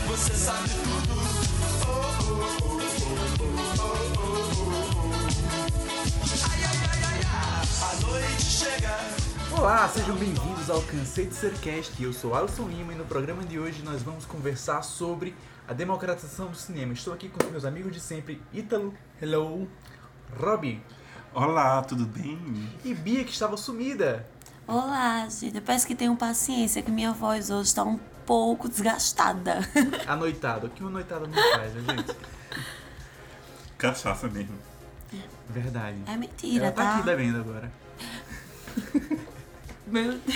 você sabe tudo. Ai, ai, ai, ai, ai, a noite chega. Olá, sejam bem-vindos ao Cansei de Ser Cast. Eu sou Alisson Lima e no programa de hoje nós vamos conversar sobre a democratização do cinema. Estou aqui com os meus amigos de sempre, Ítalo, hello, Robbie. Olá, tudo bem? E Bia, que estava sumida. Olá, gente. Eu peço que tenham paciência, que minha voz hoje está um pouco desgastada. Anoitado. O que uma noitada não faz, né, gente? Cachaça mesmo. Verdade. É mentira, Ela tá tá? aqui bebendo agora. Meu Deus.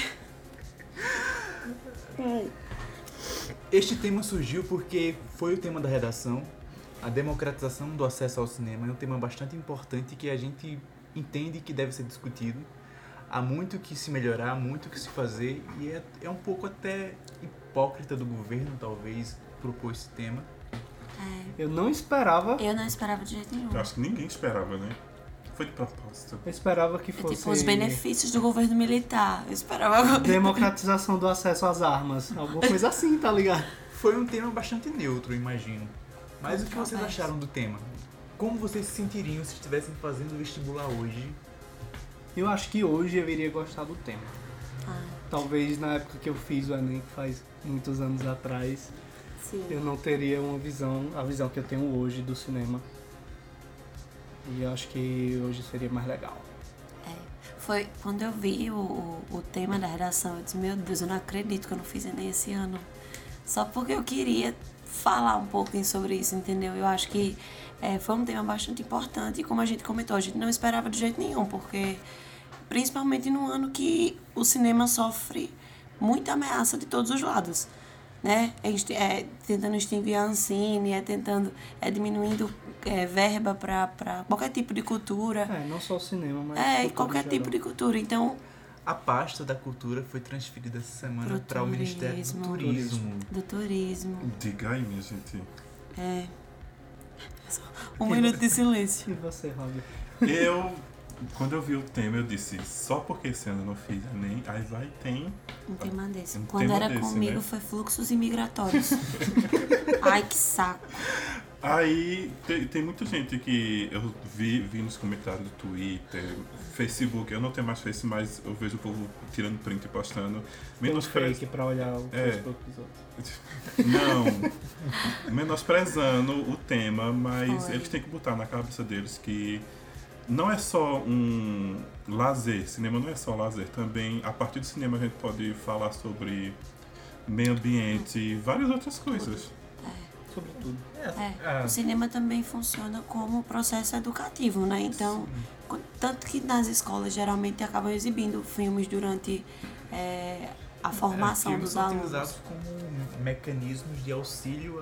Este tema surgiu porque foi o tema da redação. A democratização do acesso ao cinema é um tema bastante importante que a gente entende que deve ser discutido. Há muito que se melhorar, há muito que se fazer e é um pouco até hipócrita do governo, talvez, propor esse tema. Eu não esperava. Eu não esperava de jeito nenhum. Eu acho que ninguém esperava, né? Foi de propósito. Eu esperava que É fosse tipo os benefícios do governo militar. Eu esperava. democratização do acesso às armas. Alguma coisa assim, tá ligado? Foi um tema bastante neutro, imagino. Mas o que vocês Talvez. acharam do tema? Como vocês se sentiriam se estivessem fazendo vestibular hoje? Eu acho que hoje eu iria gostar do tema. Ah, Talvez na época que eu fiz o Enem, que faz muitos anos atrás, sim. eu não teria a visão que eu tenho hoje do cinema. E eu acho que hoje seria mais legal. Foi quando eu vi o tema da redação, eu disse, meu Deus, eu não acredito que eu não fiz Enem esse ano. Só porque eu queria falar um pouquinho sobre isso, entendeu? Eu acho que foi um tema bastante importante e como a gente comentou, a gente não esperava de jeito nenhum, porque principalmente num ano que o cinema sofre muita ameaça de todos os lados, né? Tentando extinguir a Ancine, diminuindo verba para qualquer tipo de cultura. Não só o cinema, mas E cultura qualquer em tipo geral. de cultura. Então, A pasta da cultura foi transferida essa semana Pro para o Ministério do Turismo. do turismo. Diga aí, minha gente. Um minuto de silêncio. E você, Rob? Quando eu vi o tema, eu disse, só porque esse ano eu não fiz Enem, aí vai tem... Um tema desse. Um Quando tema era desse, comigo né? foi fluxos imigratórios. Ai, que saco. Aí tem muita gente que eu vi nos comentários do Twitter, Facebook, eu não tenho mais Face, mas eu vejo o povo tirando print e postando. Tem uns fake pra olhar o É. Facebook dos outros. Não, menosprezando o tema, mas Foi. eles têm que botar na cabeça deles que não é só um lazer, cinema não é só lazer, também a partir do cinema a gente pode falar sobre meio ambiente e várias outras coisas. Sobretudo. O cinema também funciona como processo educativo, né? Então, tanto que nas escolas geralmente acabam exibindo filmes durante a formação Filmes dos são alunos. utilizados como mecanismos de auxílio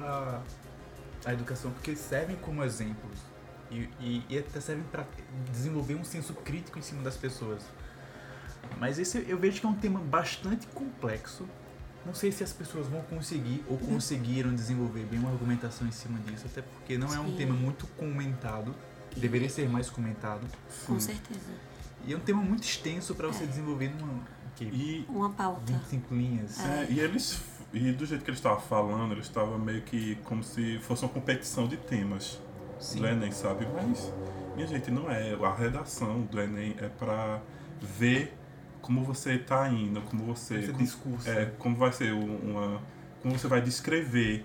à educação, porque eles servem como exemplos e até servem para desenvolver um senso crítico em cima das pessoas. Mas esse eu vejo que é um tema bastante complexo. Não sei se as pessoas vão conseguir ou conseguiram desenvolver bem uma argumentação em cima disso, até porque não é um Sim. tema muito comentado, deveria ser mais comentado. Com certeza. E é um tema muito extenso para você desenvolver numa E, Uma pauta. 25 linhas. e do jeito que eles estavam falando, eles estavam meio que como se fosse uma competição de temas do Enem, sabe? Mas, minha gente, não é. A redação do Enem é pra ver como você tá indo, como você discursa. como vai ser como você vai descrever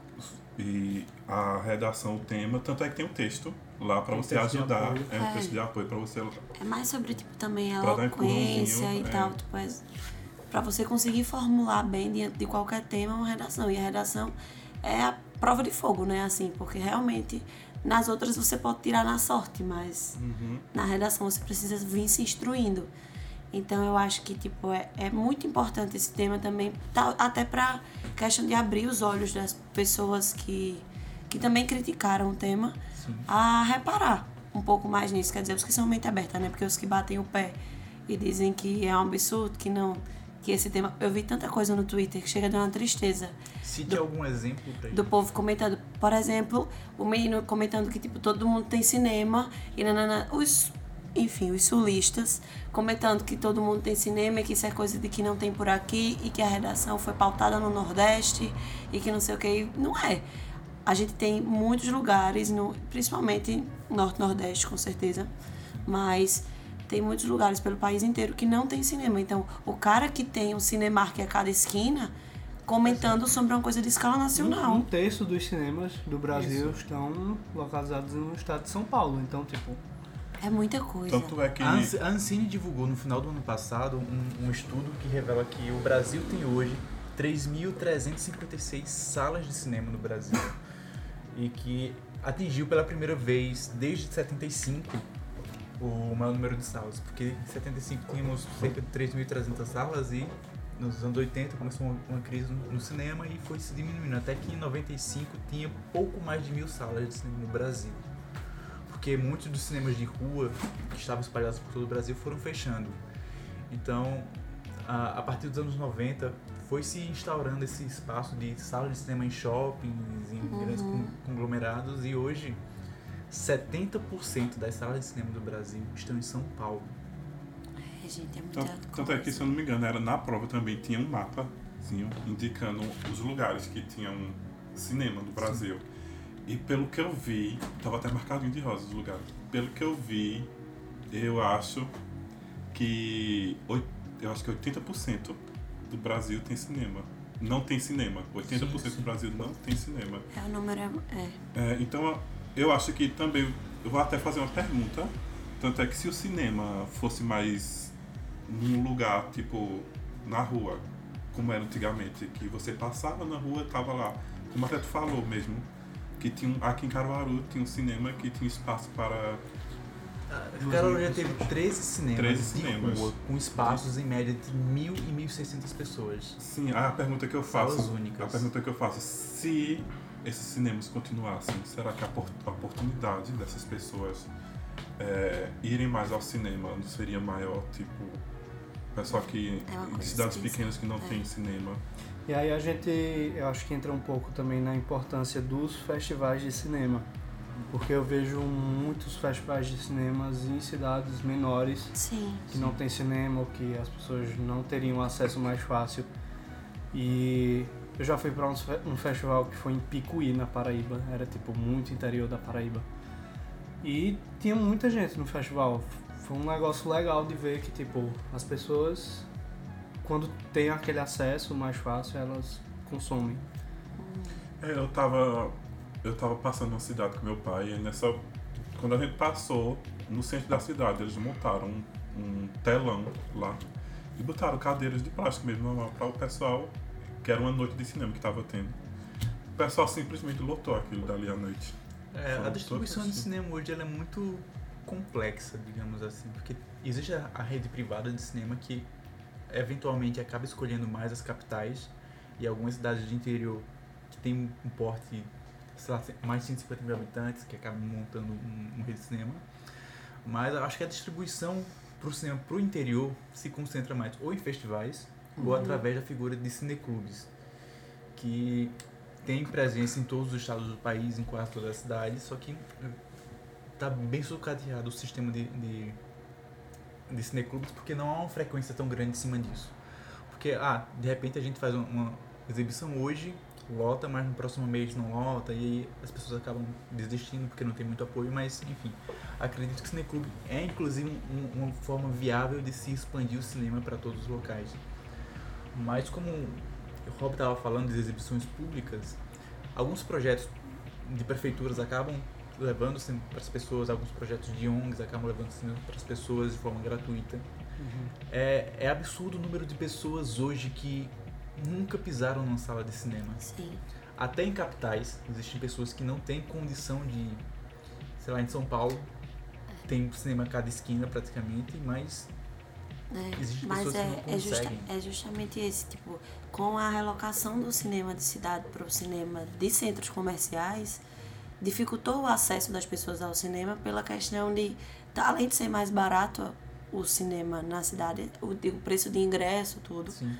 e a redação, o tema, tanto é que tem um texto lá pra Um você texto de ajudar, apoio. um texto de apoio pra você. É mais sobre, tipo, também a Pra dar um eloquência e empurrãozinho, tal. Tipo, pra você conseguir formular bem diante de qualquer tema uma redação. E a redação é a prova de fogo, né? Assim, porque realmente nas outras você pode tirar na sorte, mas na redação você precisa vir se instruindo. Então eu acho que tipo, é muito importante esse tema também, até pra questão de abrir os olhos das pessoas que também criticaram o tema, a reparar um pouco mais nisso. Quer dizer, os que são mente aberta, né? Porque os que batem o pé e dizem que é um absurdo, que esse tema... Eu vi tanta coisa no Twitter que chega a dar uma tristeza. Cite algum exemplo pra gente. Do povo comentando, por exemplo, o menino comentando que tipo, todo mundo tem cinema e nanana. enfim, os sulistas, comentando que todo mundo tem cinema e que isso é coisa de que não tem por aqui e que a redação foi pautada no Nordeste e que não sei o que. Não é. A gente tem muitos lugares, principalmente Norte e Nordeste, com certeza, mas tem muitos lugares pelo país inteiro que não tem cinema. Então, o cara que tem um Cinemark a cada esquina comentando sobre uma coisa de escala nacional. Um terço dos cinemas do Brasil estão localizados no estado de São Paulo. Então, tipo... É muita coisa. Tanto é que... A Ancine divulgou no final do ano passado um estudo que revela que o Brasil tem hoje 3.356 salas de cinema no Brasil. E que atingiu pela primeira vez, desde 75, o maior número de salas. Porque em 75 tínhamos cerca de 3.300 salas e nos anos 80 começou uma crise no cinema e foi se diminuindo. Até que em 95 tinha pouco mais de 1.000 salas de cinema no Brasil. Porque muitos dos cinemas de rua que estavam espalhados por todo o Brasil foram fechando. Então, a partir dos anos 90, foi se instaurando esse espaço de salas de cinema em shoppings, em grandes conglomerados, e hoje 70% das salas de cinema do Brasil estão em São Paulo. É, gente, é muita Tanto é que, se eu não me engano, era na prova também tinha um mapazinho indicando os lugares que tinham cinema no Brasil. Sim. E pelo que eu vi, tava até marcadinho de rosa os lugares. Pelo que eu vi, eu acho que 80% do Brasil tem cinema. Não tem cinema. 80% do Brasil não tem cinema. O número então, eu acho que também... Eu vou até fazer uma pergunta. Tanto é que se o cinema fosse mais num lugar, tipo, na rua, como era antigamente, que você passava na rua, tava lá. Como até tu falou mesmo, que tinha, aqui em Caruaru tinha um cinema que tinha espaço para... Caruaru já teve 13 cinemas de cinemas. Rua, com espaços em média de 1.000 e 1.600 pessoas. Sim, a pergunta que eu faço... Salas únicas. A pergunta que eu faço, se esses cinemas continuassem, será que a oportunidade dessas pessoas irem mais ao cinema não seria maior? Tipo, pessoal que de cidades pequenas que não tem cinema. E aí eu acho que entra um pouco também na importância dos festivais de cinema. Porque eu vejo muitos festivais de cinemas em cidades menores que não tem cinema ou que as pessoas não teriam acesso mais fácil. E eu já fui para um festival que foi em Picuí, na Paraíba. Era tipo muito interior da Paraíba. E tinha muita gente no festival. Foi um negócio legal de ver que tipo as pessoas, quando tem aquele acesso mais fácil, elas consomem. Eu tava passando numa cidade com meu pai e quando a gente passou no centro da cidade, eles montaram um telão lá e botaram cadeiras de plástico mesmo para o pessoal, que era uma noite de cinema que tava tendo. O pessoal simplesmente lotou aquilo dali à noite. A distribuição de cinema hoje ela é muito complexa, digamos assim, porque existe a rede privada de cinema que eventualmente acaba escolhendo mais as capitais e algumas cidades de interior que tem um porte, sei lá, mais de 150 mil habitantes, que acabam montando um rede de cinema. Mas eu acho que a distribuição para o cinema para o interior se concentra mais ou em festivais ou através da figura de cineclubes, que tem presença em todos os estados do país, em quase todas as cidades, só que está bem sucateado o sistema de cineclubes porque não há uma frequência tão grande em cima disso. Porque, de repente a gente faz uma exibição hoje, lota, mas no próximo mês não lota, e aí as pessoas acabam desistindo porque não tem muito apoio, mas enfim, acredito que o cineclube é inclusive uma forma viável de se expandir o cinema para todos os locais. Mas como o Rob estava falando das exibições públicas, alguns projetos de prefeituras acabam levando cinema para as pessoas, alguns projetos de ONGs acabam levando cinema para as pessoas de forma gratuita. É absurdo o número de pessoas hoje que nunca pisaram numa sala de cinema. Sim. Até em capitais, existem pessoas que não têm condição de, sei lá, em São Paulo, tem cinema a cada esquina praticamente, mas existem pessoas que não conseguem. É justamente esse, tipo, com a relocação do cinema de cidade para o cinema de centros comerciais, dificultou o acesso das pessoas ao cinema pela questão de, além de ser mais barato o cinema na cidade, o preço de ingresso, tudo. Sim.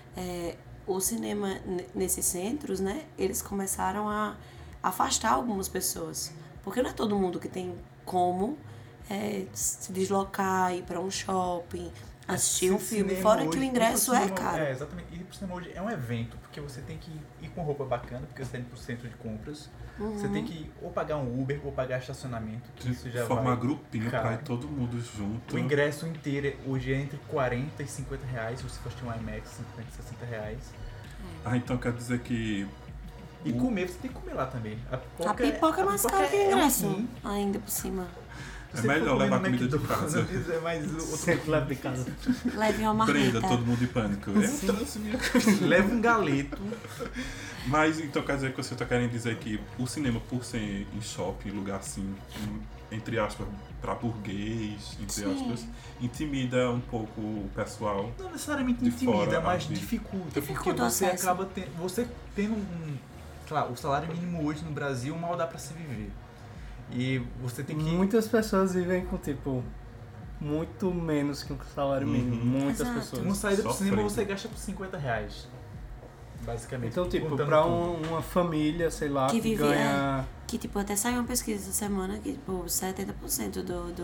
O cinema nesses centros, né, eles começaram a afastar algumas pessoas. Porque não é todo mundo que tem como se deslocar, ir pra um shopping, assistir um filme, fora hoje, que o ingresso é caro. Exatamente. Ir pro cinema hoje é um evento, porque você tem que ir com roupa bacana, porque você tem pro centro de compras. Você tem que ou pagar um Uber ou pagar estacionamento, que isso já formar grupinho pra ir todo mundo junto. O ingresso inteiro hoje é entre 40 e 50 reais, se você for ter um IMAX, 50, 60 reais. Então quer dizer que... E comer, você tem que comer lá também. A pipoca é mais cara que o ingresso, ainda por cima. É melhor levar comida de casa. Sempre leva de casa. Leve uma marmita. Brenda, todo mundo em pânico. Leva um galeto. Mas então quer dizer que você tá querendo dizer que o cinema, por ser em shopping, lugar assim, entre aspas, pra burguês, entre aspas, intimida um pouco o pessoal. Não necessariamente intimida, mas dificulta. Porque você acaba tendo sei lá, o salário mínimo hoje no Brasil mal dá pra se viver. E você tem que... Muitas pessoas vivem com, tipo, muito menos que um salário mínimo. Muitas pessoas. Uma saída pro cinema você gasta por 50 reais. Basicamente. Então, tipo, pra uma família, sei lá, que ganha... Que, tipo, até saiu uma pesquisa essa semana que, tipo, 70%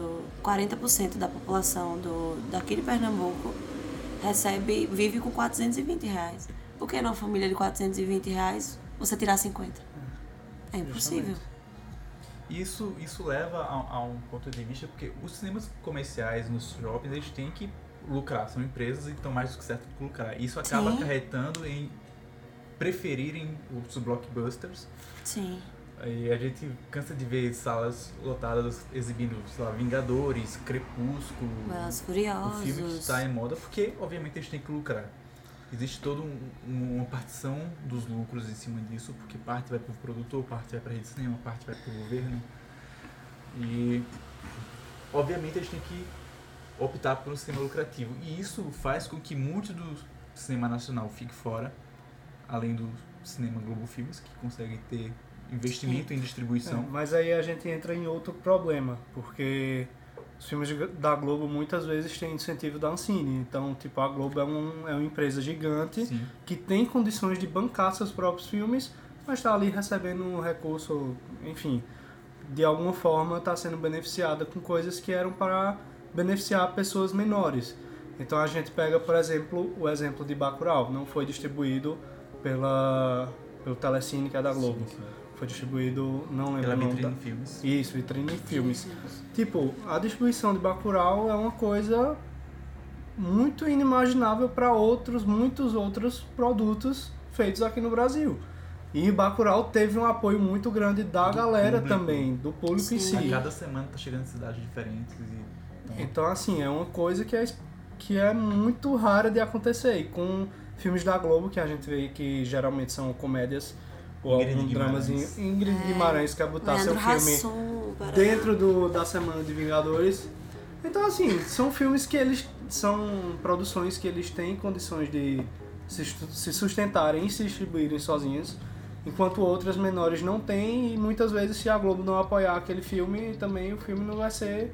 40% da população daqui de Pernambuco vive com 420 reais. Por que numa família de 420 reais você tirar 50? É impossível. Isso leva a um ponto de vista, porque os cinemas comerciais nos shoppings, eles têm que lucrar, são empresas e estão mais do que certo por lucrar. Isso acaba acarretando em preferirem os blockbusters. Sim. E a gente cansa de ver salas lotadas exibindo, sei lá, Vingadores, Crepúsculo, Velozes e Furiosos. O filme que está em moda, porque obviamente eles têm que lucrar. Existe toda uma partição dos lucros em cima disso, porque parte vai para o produtor, parte vai para a rede de cinema, parte vai para o governo. E, obviamente, eles têm que optar por um cinema lucrativo. E isso faz com que muito do cinema nacional fique fora, além do cinema Globo Filmes, que consegue ter investimento em distribuição. Mas aí a gente entra em outro problema, porque... Os filmes da Globo muitas vezes têm incentivo da Ancine, então tipo, a Globo é uma empresa gigante que tem condições de bancar seus próprios filmes, mas está ali recebendo um recurso, enfim, de alguma forma está sendo beneficiada com coisas que eram para beneficiar pessoas menores. Então a gente pega, por exemplo, o exemplo de Bacurau, não foi distribuído pelo Telecine, que é da Globo. Sim. Foi distribuído, não lembro pela o nome Vitrine Filmes. Isso, Vitrine Filmes. Tipo, a distribuição de Bacurau é uma coisa muito inimaginável para muitos outros produtos feitos aqui no Brasil. E Bacurau teve um apoio muito grande da galera também, do público em si. A cada semana tá chegando em cidades diferentes. Então, assim, é uma coisa que é muito rara de acontecer. E com filmes da Globo, que a gente vê que geralmente são comédias, ou algum dramazinho. Ingrid Guimarães quer botar seu filme dentro da Semana de Vingadores. Então, assim, são filmes que são produções que eles têm condições de se sustentarem e se distribuírem sozinhos, enquanto outras menores não têm, e muitas vezes se a Globo não apoiar aquele filme, também o filme não vai ser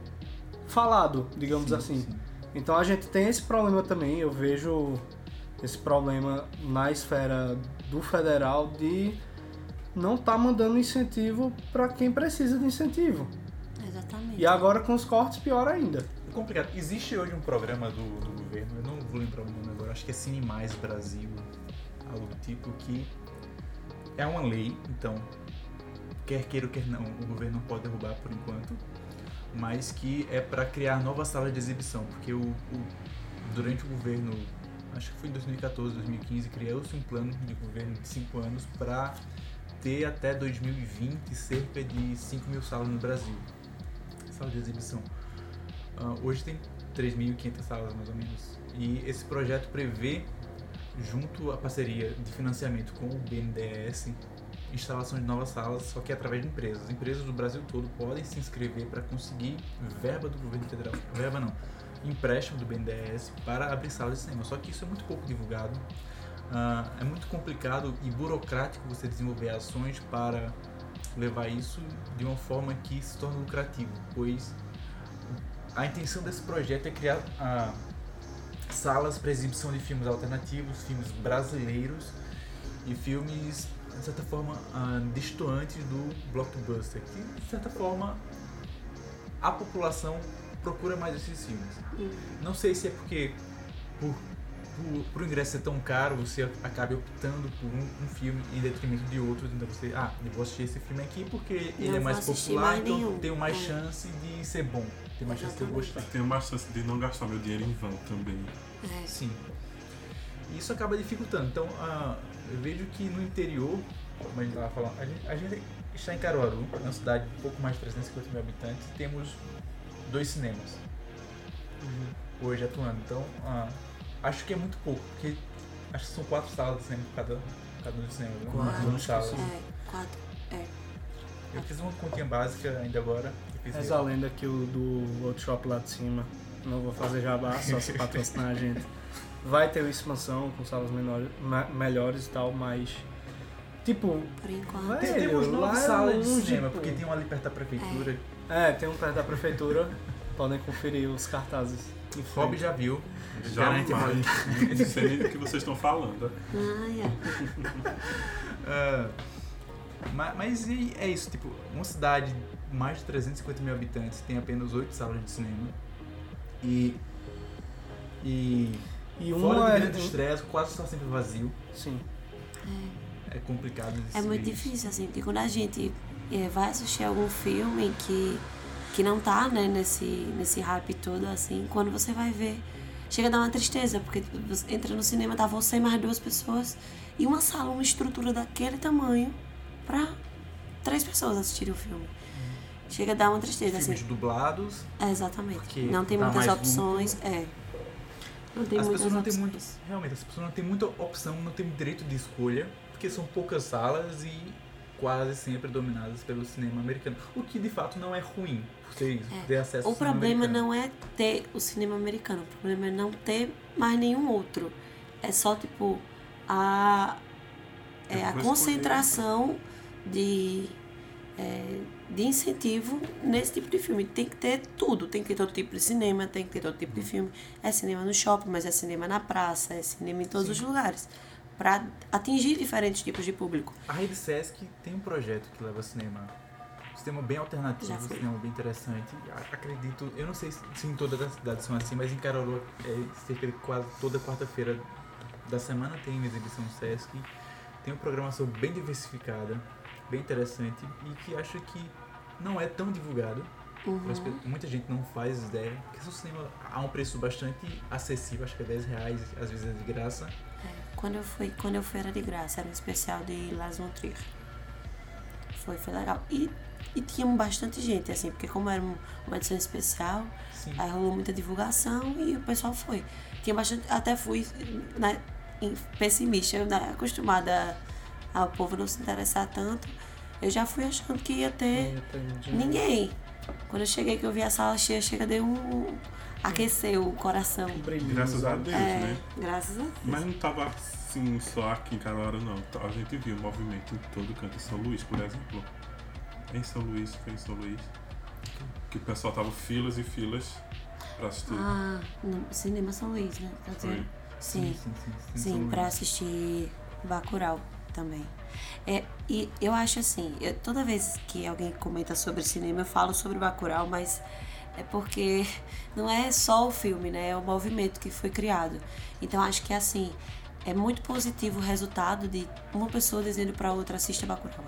falado, digamos assim. Sim. Então a gente tem esse problema também, eu vejo esse problema na esfera do federal de não estar mandando incentivo para quem precisa de incentivo. Exatamente. E agora com os cortes, pior ainda. É complicado. Existe hoje um programa do governo, eu não vou lembrar o nome agora, acho que é Cine Mais Brasil, algo do tipo, que é uma lei, então, quer queira ou quer não, o governo não pode derrubar por enquanto, mas que é para criar novas salas de exibição, porque durante o governo, acho que foi em 2014, 2015, criou-se um plano de governo de 5 anos para ter até 2020 cerca de 5 mil salas no Brasil, salas de exibição. Hoje tem 3.500 salas mais ou menos, e esse projeto prevê, junto à parceria de financiamento com o BNDES, instalação de novas salas, só que através de empresas. As empresas do Brasil todo podem se inscrever para conseguir verba do governo federal, verba não, empréstimo do BNDES para abrir salas de cinema, só que isso é muito pouco divulgado, é muito complicado e burocrático você desenvolver ações para levar isso de uma forma que se torne lucrativo, pois a intenção desse projeto é criar salas para exibição de filmes alternativos, filmes brasileiros e filmes, de certa forma, destoantes do blockbuster, que de certa forma a população procura mais esses filmes. Não sei se é porque por ingresso ser tão caro, você acaba optando por um filme em detrimento de outros. Então você, eu vou assistir esse filme aqui porque ele é mais popular, então eu tenho mais chance de ser bom. Tem mais chance de eu gostar. Tenho mais chance de não gastar meu dinheiro em vão também. Sim. E isso acaba dificultando. Então, eu vejo que no interior, como a gente estava falando, a gente está em Caruaru, uma cidade de pouco mais de 350 mil habitantes, e temos 2 cinemas hoje atuando. Então, acho que é muito pouco, porque acho que são 4 salas de cinema cada um dos cinemas. 4 salas. 4. Eu fiz uma continha básica ainda agora. Reza a lenda que o do Workshop lá de cima, não vou fazer jabá, só se patrocinar a gente, vai ter uma expansão com salas melhores e tal, mas tipo, por enquanto temos 9 salas de cinema, porque tem uma ali perto da prefeitura. Tem um perto da prefeitura, podem conferir os cartazes. Rob já viu. Jamais. Não sei nem do que vocês estão falando. Mas é isso, tipo, uma cidade de mais de 350 mil habitantes tem apenas 8 salas de cinema. E fora de grande estresse, quase está sempre vazio. Sim. É complicado de É muito difícil, assim, porque quando a gente vai assistir algum filme que não tá, né, nesse hype todo, assim, quando você vai ver, chega a dar uma tristeza, porque tipo, você entra no cinema, tá você e mais 2 pessoas, e uma sala, uma estrutura daquele tamanho pra 3 pessoas assistirem o filme. Chega a dar uma tristeza, filmes assim. dublados. Exatamente. Não tem muitas opções. Não tem muitas opções. Realmente, as pessoas não têm muita opção, não têm direito de escolha, porque são poucas salas e quase sempre dominadas pelo cinema americano. O que de fato não é ruim, você ter acesso ao cinema americano. O problema não é ter o cinema americano, o problema é não ter mais nenhum outro. É só, tipo, a concentração de incentivo nesse tipo de filme. Tem que ter tudo, tem que ter todo tipo de cinema, tem que ter todo tipo de filme. É cinema no shopping, mas é cinema na praça, é cinema em todos os lugares, para atingir diferentes tipos de público. A Rede Sesc tem um projeto que leva cinema bem alternativo, cinema bem interessante. Acredito, eu não sei se em todas as cidades são assim, mas em Caruaru cerca de quase toda quarta-feira da semana tem uma exibição no Sesc. Tem uma programação bem diversificada, bem interessante e que acho que não é tão divulgado. Muita gente não faz ideia, porque o cinema a um preço bastante acessível, acho que é R$10, às vezes é de graça. Quando eu fui era de graça, era um especial de Lars von Trier. Foi legal. E tinha bastante gente, assim, porque como era uma edição especial, aí rolou muita divulgação e o pessoal foi. Tinha bastante, até fui pessimista, acostumada ao povo não se interessar tanto. Eu já fui achando que ia ter ninguém. Quando eu cheguei, que eu vi a sala cheia, aqueceu o coração. Graças a Deus, né? Graças a Deus. Mas não tava assim só aqui em Caruaru, não. A gente viu o movimento em todo canto. Em São Luís, por exemplo. Foi em São Luís. Que o pessoal tava filas e filas pra assistir. No Cinema São Luís, né? Tá dizendo? Sim, pra assistir Bacurau também. E eu acho assim, toda vez que alguém comenta sobre cinema, eu falo sobre Bacurau, mas é porque não é só o filme, né? É o movimento que foi criado. Então acho que assim, é muito positivo o resultado de uma pessoa dizendo pra outra: assista Bacurau.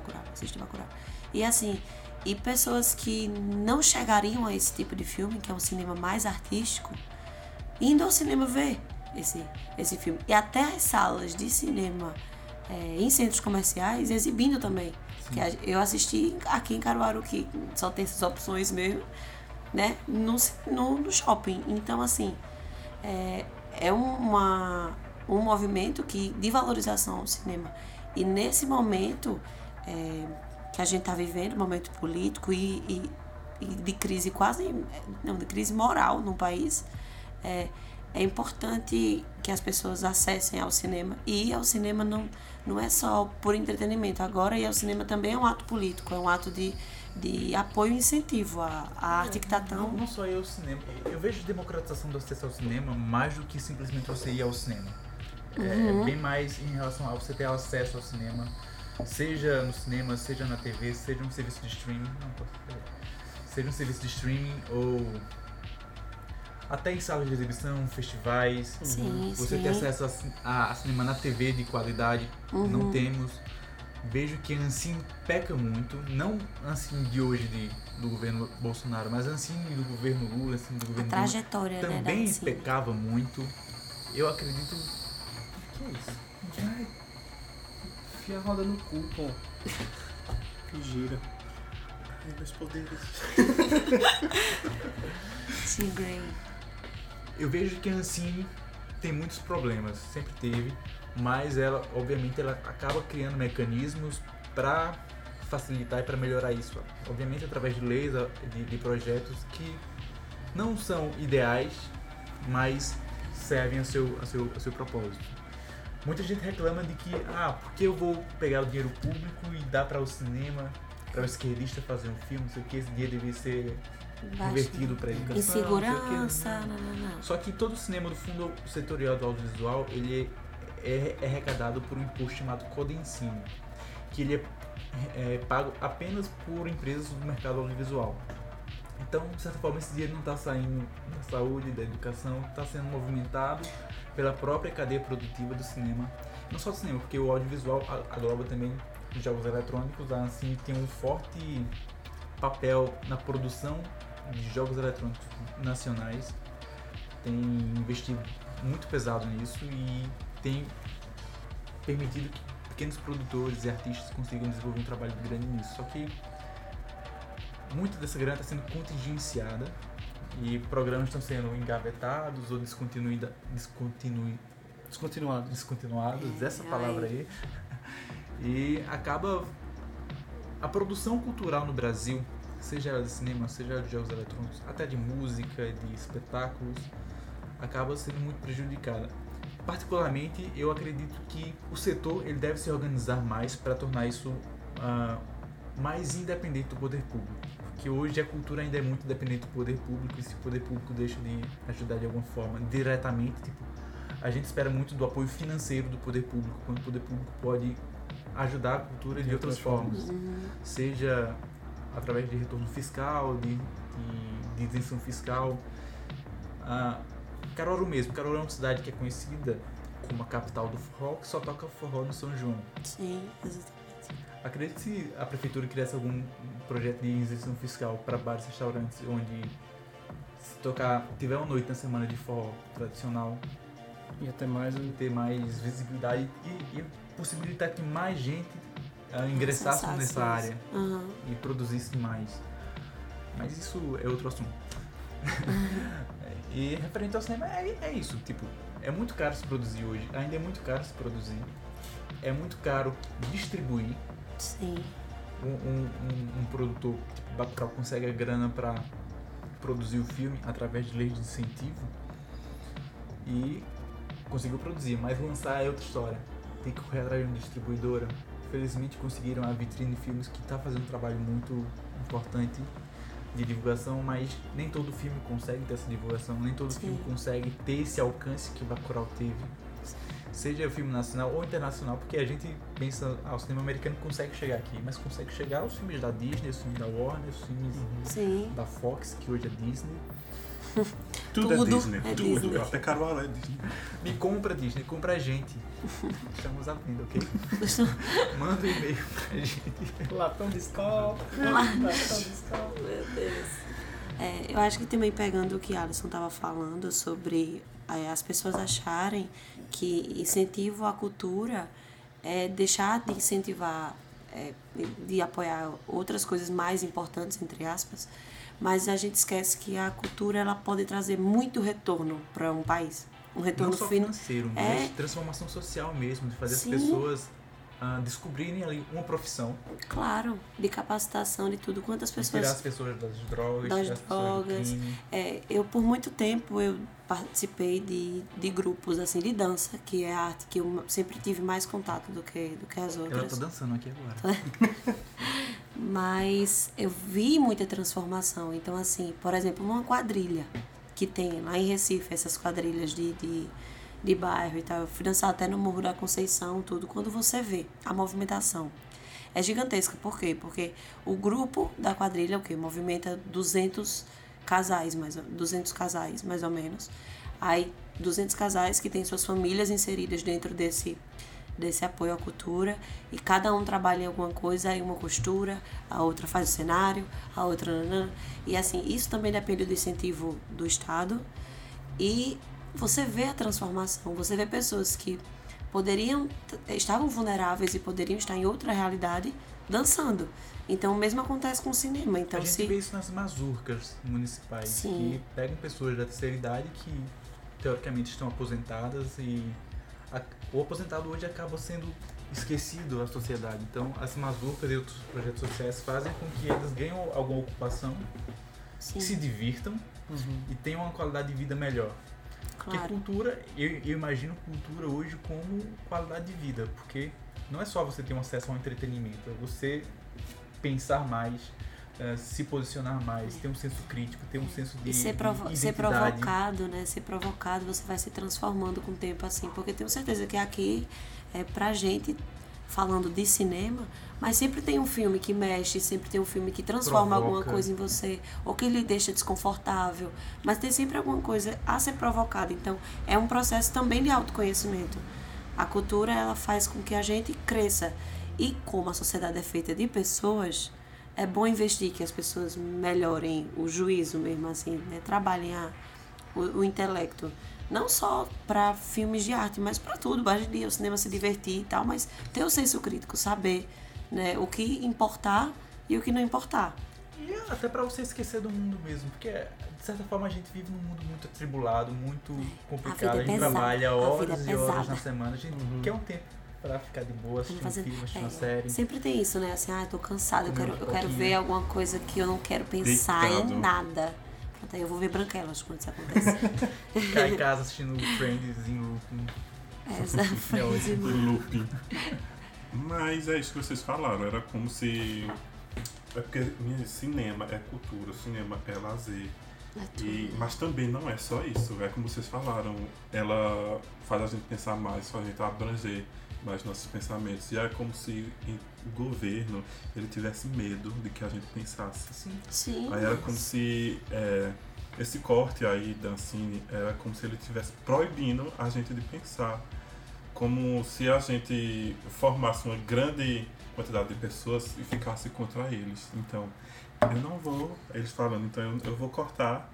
E assim, e pessoas que não chegariam a esse tipo de filme, que é um cinema mais artístico, indo ao cinema ver esse filme. E até as salas de cinema em centros comerciais exibindo também. Que eu assisti aqui em Caruaru, que só tem essas opções mesmo, né? No shopping. Então, assim, é um movimento de valorização ao cinema. E nesse momento que a gente está vivendo, momento político e de crise de crise moral no país, é importante que as pessoas acessem ao cinema. E ir ao cinema não é só por entretenimento. Agora, ir ao cinema também é um ato político, é um ato de apoio e incentivo à arte que está tão... Não só ir ao cinema. Eu vejo democratização do acesso ao cinema mais do que simplesmente você ir ao cinema. É bem mais em relação a você ter acesso ao cinema, seja no cinema, seja na TV, seja um serviço de streaming. seja um serviço de streaming ou até em salas de exibição, festivais. Sim, você sim. ter acesso a cinema na TV de qualidade, não temos. Vejo que a Ancine peca muito, não a Ancine de hoje do governo Bolsonaro, mas a Ancine do governo Lula, assim, do governo trajetória, Dilma, né, também da Ancine. pecava muito. Eu acredito... Que é isso? Vai. Enfia a roda no cu, pô. Que gira. Ai, meus poderes. Sim, Grey. Eu vejo que a Ancine tem muitos problemas, sempre teve, mas ela, obviamente, ela acaba criando mecanismos para facilitar e para melhorar isso. Obviamente, através de leis, de projetos que não são ideais, mas servem ao seu propósito. Muita gente reclama de que, porque eu vou pegar o dinheiro público e dar para o cinema, para o esquerdista fazer um filme, não sei o que, esse dinheiro devia ser invertido para educação. Insegurança, não. Só que todo o cinema do Fundo Setorial do Audiovisual, ele é arrecadado por um imposto chamado Codencine, que ele é pago apenas por empresas do mercado audiovisual. Então, de certa forma, esse dinheiro não está saindo da saúde, da educação, está sendo movimentado pela própria cadeia produtiva do cinema. Não só do cinema, porque o audiovisual agloba também os jogos eletrônicos. A Ancine tem um forte papel na produção de jogos eletrônicos nacionais, tem investido muito pesado nisso e tem permitido que pequenos produtores e artistas consigam desenvolver um trabalho grande nisso. Só que muita dessa grana está sendo contingenciada e programas estão sendo engavetados ou descontinuados, essa palavra aí, e acaba a produção cultural no Brasil, seja ela de cinema, seja ela de jogos eletrônicos, até de música, de espetáculos, acaba sendo muito prejudicada. Particularmente, eu acredito que o setor ele deve se organizar mais para tornar isso mais independente do poder público. Porque hoje a cultura ainda é muito dependente do poder público, e se o poder público deixa de ajudar de alguma forma, diretamente, a gente espera muito do apoio financeiro do poder público, quando o poder público pode ajudar a cultura de outras formas. Seja através de retorno fiscal, de isenção fiscal. Caruaru mesmo. Caruaru é uma cidade que é conhecida como a capital do forró, que só toca forró no São João. Sim, exatamente. Acredito que se a prefeitura criasse algum projeto de isenção fiscal para bares e restaurantes, onde se tiver uma noite na semana de forró tradicional, ia ter mais visibilidade e possibilitar que mais gente ingressasse nessa área e produzisse mais. Mas isso é outro assunto. E referente ao cinema, é isso. É muito caro se produzir hoje. Ainda é muito caro se produzir. É muito caro distribuir. Sim. Um produtor tipo Bacurau consegue a grana para produzir o filme através de leis de incentivo e conseguiu produzir, mas lançar é outra história. Tem que correr atrás de uma distribuidora. Felizmente conseguiram a Vitrine Filmes, que está fazendo um trabalho muito importante de divulgação, mas nem todo filme consegue ter essa divulgação, nem todo filme consegue ter esse alcance que o Bacurau teve. Seja o filme nacional ou internacional, porque a gente pensa, o cinema americano consegue chegar aqui, mas consegue chegar aos filmes da Disney, os filmes da Warner, os filmes da Fox, que hoje é Disney. Tudo é Disney, é tudo. Disney. Até Caruaru é Disney. Me compra Disney, compra a gente. Estamos à venda, ok? Manda um e-mail pra gente. Latão de escola. Meu Deus. Eu acho que também pegando o que Alisson estava falando sobre as pessoas acharem que incentivo à cultura é deixar de incentivar, de apoiar outras coisas mais importantes, entre aspas, mas a gente esquece que a cultura ela pode trazer muito retorno para um país. Um retorno não só financeiro, mas de transformação social mesmo, de fazer as pessoas descobrirem ali uma profissão. Claro, de capacitação, de tudo. Quantas pessoas... Tirar as pessoas das drogas, das drogas. Eu, por muito tempo, eu participei de grupos, assim, de dança, que é a arte que eu sempre tive mais contato do que as outras. Eu tô dançando aqui agora. Mas eu vi muita transformação. Então, assim, por exemplo, uma quadrilha que tem lá em Recife, essas quadrilhas de bairro e tal. Eu fui dançar até no Morro da Conceição, tudo. Quando você vê a movimentação, é gigantesca. Por quê? Porque o grupo da quadrilha, o quê? Movimenta 200 casais, mais ou menos. Aí, 200 casais que têm suas famílias inseridas dentro desse apoio à cultura, e cada um trabalha em alguma coisa, aí uma costura, a outra faz o cenário, a outra... E assim, isso também depende do incentivo do Estado, e você vê a transformação, você vê pessoas que estavam vulneráveis e poderiam estar em outra realidade dançando. Então, o mesmo acontece com o cinema. Então, a gente vê isso nas mazurcas municipais, Sim. que pegam pessoas da terceira idade que, teoricamente, estão aposentadas e o aposentado hoje acaba sendo esquecido da sociedade. Então, as mazurcas e outros projetos sociais fazem com que eles ganhem alguma ocupação, se divirtam e tenham uma qualidade de vida melhor. Claro. Porque cultura, eu imagino cultura hoje como qualidade de vida, porque não é só você ter um acesso ao entretenimento, é você pensar mais, se posicionar mais, ter um senso crítico, ter um senso de identidade. Ser provocado, né? Ser provocado, você vai se transformando com o tempo, assim. Porque tenho certeza que aqui, pra gente, falando de cinema, mas sempre tem um filme que mexe, sempre tem um filme que transforma alguma coisa em você, ou que lhe deixa desconfortável. Mas tem sempre alguma coisa a ser provocada. Então, é um processo também de autoconhecimento. A cultura, ela faz com que a gente cresça. E como a sociedade é feita de pessoas, é bom investir que as pessoas melhorem o juízo mesmo, assim, né? Trabalhem o intelecto. Não só para filmes de arte, mas para tudo. Hoje em dia o cinema se divertir e tal, mas ter o senso crítico, saber, né, o que importar e o que não importar. E até para você esquecer do mundo mesmo, porque de certa forma a gente vive num mundo muito atribulado, muito complicado. A gente trabalha horas e horas na semana, a gente quer um tempo pra ficar de boa, assistir um filme, assistir uma série. Sempre tem isso, né? Assim, tô cansada, eu quero ver alguma coisa que eu não quero pensar em nada. Pronto, aí eu vou ver Branquelas quando isso acontece. Ficar em casa assistindo Friends em looping. Friends em looping. Mas é isso que vocês falaram, era como se... É porque cinema é cultura, cinema é lazer. Mas também não é só isso, é como vocês falaram, ela faz a gente pensar mais, faz a gente abranger mais nossos pensamentos. E é como se o governo ele tivesse medo de que a gente pensasse. Sim. Aí era como se esse corte aí da Ancine era como se ele estivesse proibindo a gente de pensar. Como se a gente formasse uma grande quantidade de pessoas e ficasse contra eles. Então, eu não vou, eles falando, então eu vou cortar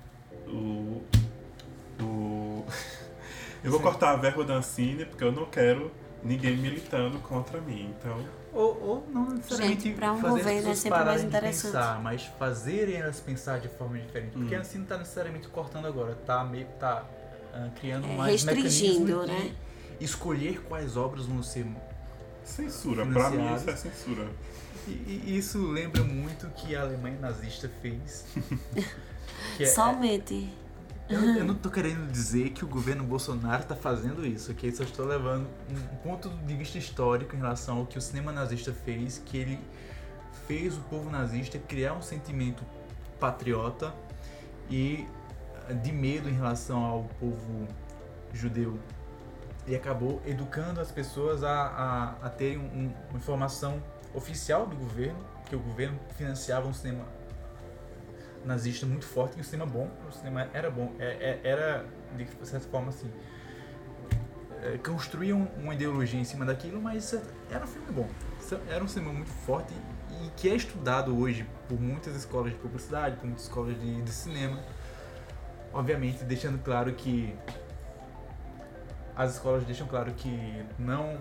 eu vou cortar a verba da Ancine porque eu não quero ninguém militando contra mim, então... Ou não necessariamente pra um fazer governo as pessoas pararem de pensar, mas fazerem elas pensar de forma diferente. Porque a Ancine não está necessariamente cortando agora, tá criando mais restringindo, mecanismos né? de escolher quais obras vão ser censura, pra mim isso é censura. E isso lembra muito o que a Alemanha nazista fez. Somente. Eu não tô querendo dizer que o governo Bolsonaro tá fazendo isso, ok? Só estou levando um ponto de vista histórico em relação ao que o cinema nazista fez, que ele fez o povo nazista criar um sentimento patriota e de medo em relação ao povo judeu. E acabou educando as pessoas a terem uma informação oficial do governo, que o governo financiava um cinema nazista muito forte, e o cinema bom, o cinema era bom, era de certa forma assim, construíam uma ideologia em cima daquilo, mas era um filme bom, era um cinema muito forte e que é estudado hoje por muitas escolas de publicidade, por muitas escolas de cinema, obviamente deixando claro que as escolas deixam claro que não...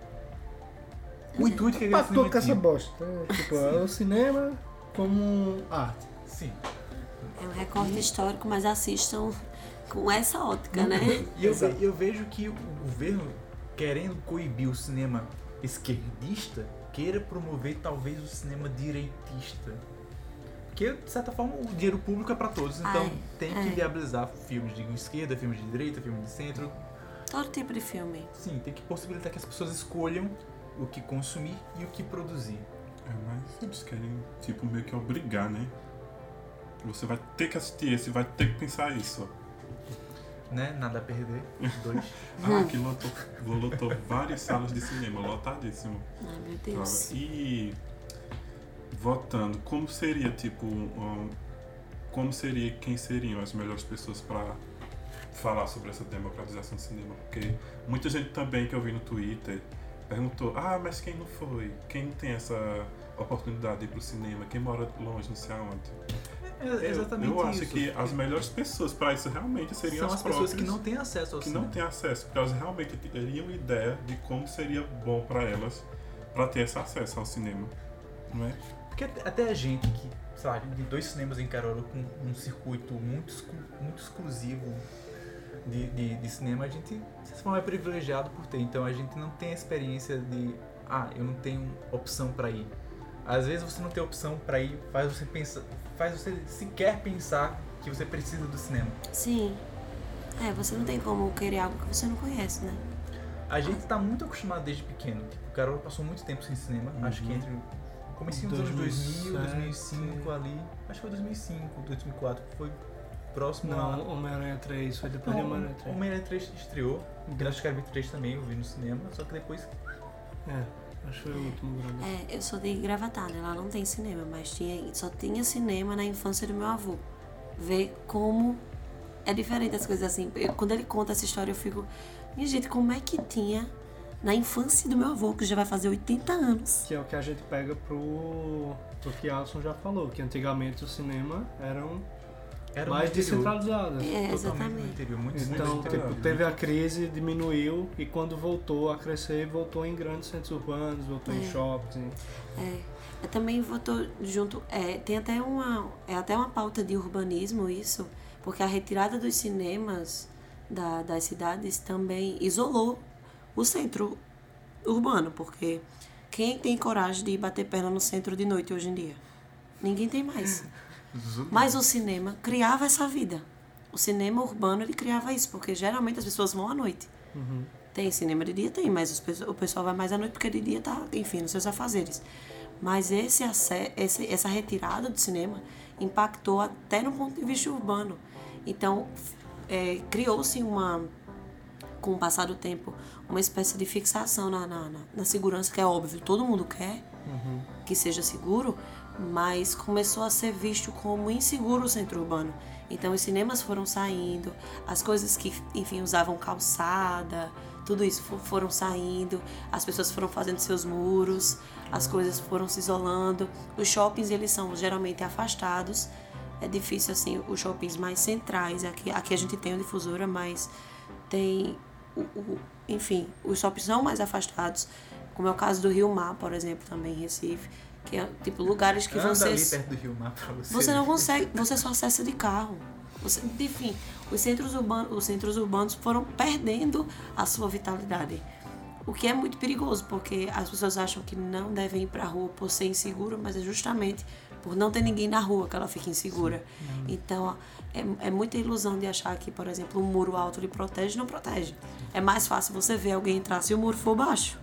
O intuito que aquele cinema com essa bosta. Tipo, é o cinema como arte. Sim. É um recorte histórico, mas assistam com essa ótica, né? E eu vejo que o governo, querendo coibir o cinema esquerdista, queira promover talvez o cinema direitista. Porque, de certa forma, o dinheiro público é para todos, então tem que viabilizar filmes de esquerda, filmes de direita, filmes de centro. Todo tipo de filme. Sim, tem que possibilitar que as pessoas escolham o que consumir e o que produzir. Mas eles querem, tipo, meio que obrigar, né? Você vai ter que assistir esse, vai ter que pensar isso. né? Nada a perder. 2. Que lotou várias salas de cinema, lotadíssimo. Ai, meu Deus. E votando, como seria, quem seriam as melhores pessoas para falar sobre essa democratização do cinema? Porque muita gente também que eu vi no Twitter perguntou, mas quem não foi? Quem não tem essa oportunidade de ir pro cinema? Quem mora longe, não sei aonde? Exatamente eu acho isso. que as melhores pessoas para isso realmente seriam são as pessoas que não têm acesso ao cinema. Que não têm acesso, porque elas realmente teriam ideia de como seria bom para elas para ter esse acesso ao cinema, não é? Porque até a gente que, sabe, de 2 cinemas em Caruaru com um circuito muito exclusivo de cinema, a gente, de certa forma, é privilegiado por ter. Então a gente não tem a experiência de, eu não tenho opção para ir. Às vezes você não ter opção para ir faz você sequer pensar que você precisa do cinema. Sim. Você não tem como querer algo que você não conhece, né? A gente tá muito acostumado desde pequeno. O Caruaru passou muito tempo sem cinema. Acho que entre o comecinho dos anos 2000, 2005 ali. Acho que foi 2005, 2004. Foi próximo a... Não, Homem-Aranha 3. Foi depois de Homem-Aranha 3. Homem-Aranha 3 estreou. Acho que era 3 também, eu vi no cinema. Só que depois... Acho que foi o último grande. Eu sou de Gravatá, né? Lá não tem cinema, mas só tinha cinema na infância do meu avô. Ver como é diferente as coisas assim. Quando ele conta essa história, eu fico... Minha gente, como é que tinha na infância do meu avô, que já vai fazer 80 anos? Que é o que a gente pega pro que Alisson já falou, que antigamente o cinema era mais descentralizado. Exatamente. Então, teve a crise, diminuiu, e quando voltou a crescer, voltou em grandes centros urbanos, voltou em shoppings. Também voltou junto... tem até uma pauta de urbanismo isso, porque a retirada dos cinemas das cidades também isolou o centro urbano, porque quem tem coragem de bater perna no centro de noite hoje em dia? Ninguém tem mais. Mas o cinema criava essa vida. O cinema urbano, ele criava isso, porque geralmente as pessoas vão à noite. Tem cinema de dia? Tem, mas o pessoal vai mais à noite porque de dia tá, enfim, nos seus afazeres. Mas essa retirada do cinema impactou até no ponto de vista urbano. Então, criou-se com o passar do tempo, uma espécie de fixação na segurança, que é óbvio, todo mundo quer que seja seguro, mas começou a ser visto como inseguro o centro urbano. Então os cinemas foram saindo, as coisas que, enfim, usavam calçada, tudo isso foram saindo, as pessoas foram fazendo seus muros, as coisas foram se isolando. Os shoppings, eles são geralmente afastados. É difícil, assim, os shoppings mais centrais, aqui a gente tem o Difusora, mas tem, enfim, os shoppings são mais afastados, como é o caso do Rio Mar, por exemplo, também em Recife, que é tipo lugares que ali você... perto do Rio Mar pra você. Você não consegue, você só acessa de carro. Enfim, os centros urbanos foram perdendo a sua vitalidade. O que é muito perigoso, porque as pessoas acham que não devem ir pra rua por ser inseguro, mas é justamente por não ter ninguém na rua que ela fica insegura. Então, é muita ilusão de achar que, por exemplo, um muro alto lhe protege, não protege. É mais fácil você ver alguém entrar se o muro for baixo.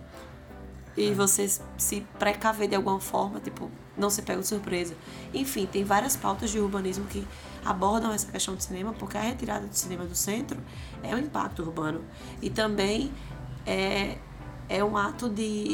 E você se precaver de alguma forma, tipo, não se pega de surpresa. Enfim, tem várias pautas de urbanismo que abordam essa questão do cinema, porque a retirada do cinema do centro é um impacto urbano. E também é um ato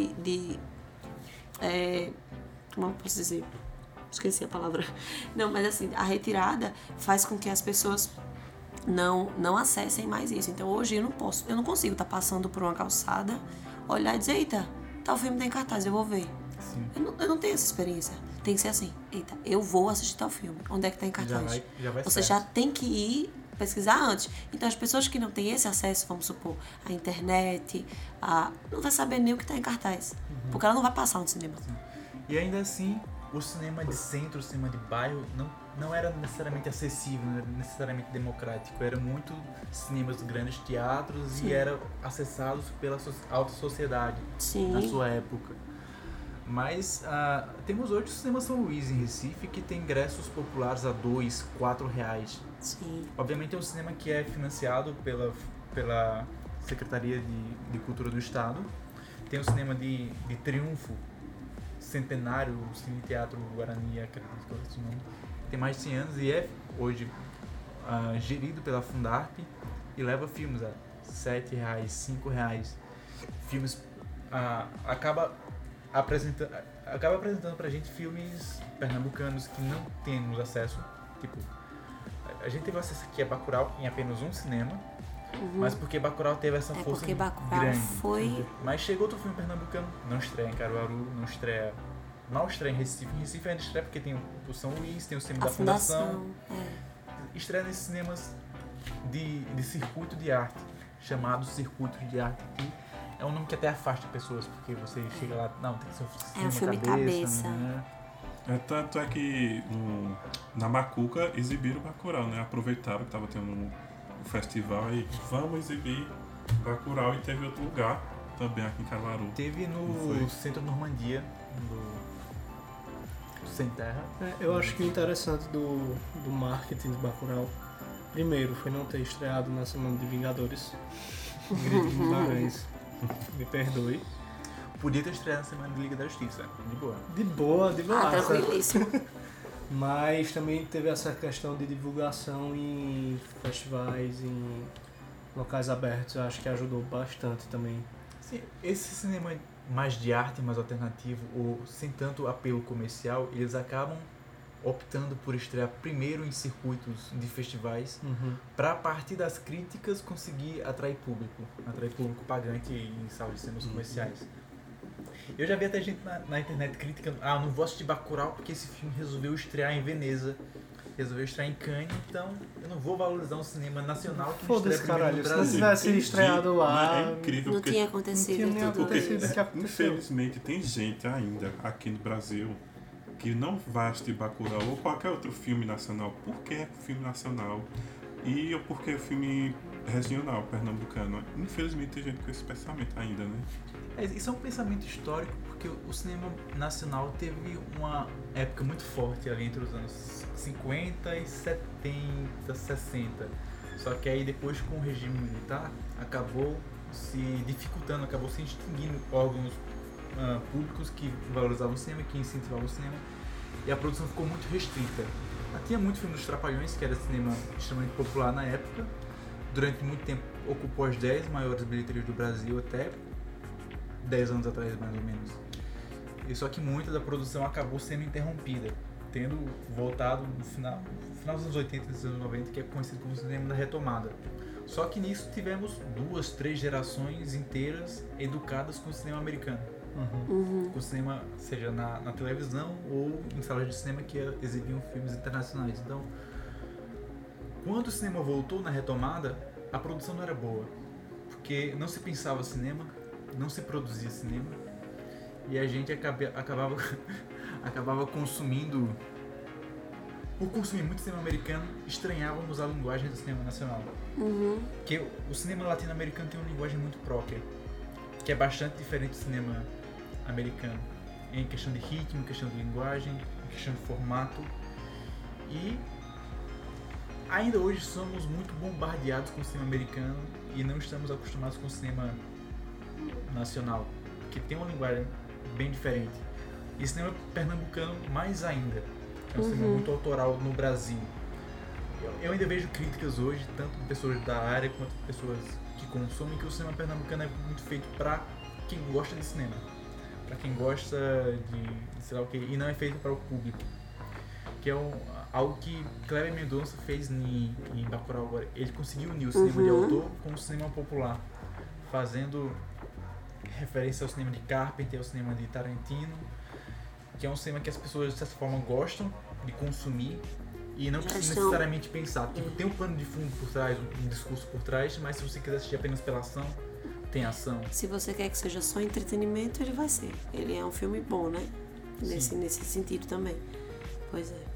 como eu posso dizer? Esqueci a palavra. Não, mas assim, a retirada faz com que as pessoas não acessem mais isso. Então hoje eu não consigo estar passando por uma calçada, olhar e dizer, eita, tal filme tem cartaz, eu vou ver. Eu não tenho essa experiência. Tem que ser assim, eita, eu vou assistir tal filme. Onde é que tá em cartaz? Já vai Você já tem que ir pesquisar antes. Então as pessoas que não têm esse acesso, vamos supor, à internet, não vai saber nem o que está em cartaz. Porque ela não vai passar no cinema. E ainda assim, o cinema de centro, o cinema de bairro, não era necessariamente acessível, não era necessariamente democrático. Eram muito cinemas grandes, teatros, e eram acessados pela alta sociedade na sua época. Mas temos hoje o Cinema São Luís, em Recife, que tem ingressos populares a R$2, R$4. Sim. Obviamente é um cinema que é financiado pela Secretaria de Cultura do Estado. Tem o cinema de Triunfo, Centenário, o Cine Teatro Guarani, acredito que é esse nome. Tem mais de 100 anos e é hoje gerido pela Fundarp. e leva filmes a R$7, R$5. Filmes acaba apresentando pra gente filmes pernambucanos que não temos acesso. Tipo, a gente teve acesso aqui a Bacurau em apenas um cinema, mas porque Bacurau teve essa força grande. Mas chegou outro filme pernambucano, não estreia em Caruaru, mal estreia em Recife. Em Recife ainda estreia porque tem o São Luís, tem o cinema da Fundação. Estreia nesses cinemas de circuito de arte, chamado Circuito de Arte, que é um nome que até afasta pessoas, porque você chega lá, não, tem que ser um filme cabeça. Né? Tanto é que na Macuca exibiram o Bacurau, né? Aproveitaram que estava tendo um festival e vamos exibir Bacurau, e teve outro lugar também aqui em Caruaru. Teve no Centro Normandia, Sem Terra. Eu acho que o interessante do marketing do Bacurau, primeiro, foi não ter estreado na Semana de Vingadores. Grito de Guimarães, me perdoe. Podia ter estreado na Semana de Liga da Justiça, de boa. De boa. Tranquilíssimo. Mas também teve essa questão de divulgação em festivais, em locais abertos. Eu acho que ajudou bastante também. Sim, esse cinema mais de arte, mais alternativo, ou sem tanto apelo comercial, eles acabam optando por estrear primeiro em circuitos de festivais, para a partir das críticas conseguir atrair público pagante em salas de cinemas comerciais. Eu já vi até gente na internet criticando, eu não vou assistir Bacurau porque esse filme resolveu estrear em Veneza, resolveu estrear em Cannes, então eu não vou valorizar um cinema nacional que não estreia primeiro no Brasil. Se tivesse estreado lá, é incrível, não tinha acontecido. Infelizmente tem gente ainda aqui no Brasil que não vai assistir Bacurau ou qualquer outro filme nacional porque é filme nacional ou porque é filme regional, pernambucano. Infelizmente tem gente com esse pensamento ainda, né? Isso é um pensamento histórico, porque o cinema nacional teve uma época muito forte ali entre os anos 50 e 70, 60. Só que aí depois, com o regime militar, acabou se dificultando, acabou se extinguindo órgãos públicos que valorizavam o cinema, que incentivavam o cinema, e a produção ficou muito restrita. Tinha muito filme dos Trapalhões, que era cinema extremamente popular na época. Durante muito tempo ocupou as 10 maiores bilheterias do Brasil, até 10 anos atrás, mais ou menos. E só que muita da produção acabou sendo interrompida, tendo voltado no final dos anos 80 e dos anos 90, que é conhecido como cinema da retomada. Só que nisso tivemos 2, 3 gerações inteiras educadas com o cinema americano. Com o cinema, seja na televisão ou em salas de cinema que exibiam filmes internacionais. Então, quando o cinema voltou na retomada, a produção não era boa, porque não se pensava cinema, não se produzia cinema, e a gente acabava consumindo. Por consumir muito cinema americano, estranhávamos a linguagem do cinema nacional. Porque o cinema latino-americano tem uma linguagem muito própria, que é bastante diferente do cinema americano, em questão de ritmo, em questão de linguagem, em questão de formato. E ainda hoje somos muito bombardeados com o cinema americano e não estamos acostumados com o cinema nacional, que tem uma linguagem bem diferente. E o cinema pernambucano mais ainda. É um cinema muito autoral no Brasil. Eu ainda vejo críticas hoje, tanto de pessoas da área quanto de pessoas que consomem, que o cinema pernambucano é muito feito para quem gosta de cinema, para quem gosta de sei lá o que, e não é feito para o público. Que é algo que Kleber Mendonça fez em Bacurau agora. Ele conseguiu unir o cinema de autor com o cinema popular, fazendo referência ao cinema de Carpenter, ao cinema de Tarantino, que é um cinema que as pessoas de certa forma gostam de consumir e não precisa necessariamente pensar. Tipo, tem um plano de fundo por trás, um discurso por trás, mas se você quiser assistir apenas pela ação, tem ação. Se você quer que seja só entretenimento, ele vai ser. Ele é um filme bom, né? Nesse sentido também. Pois é.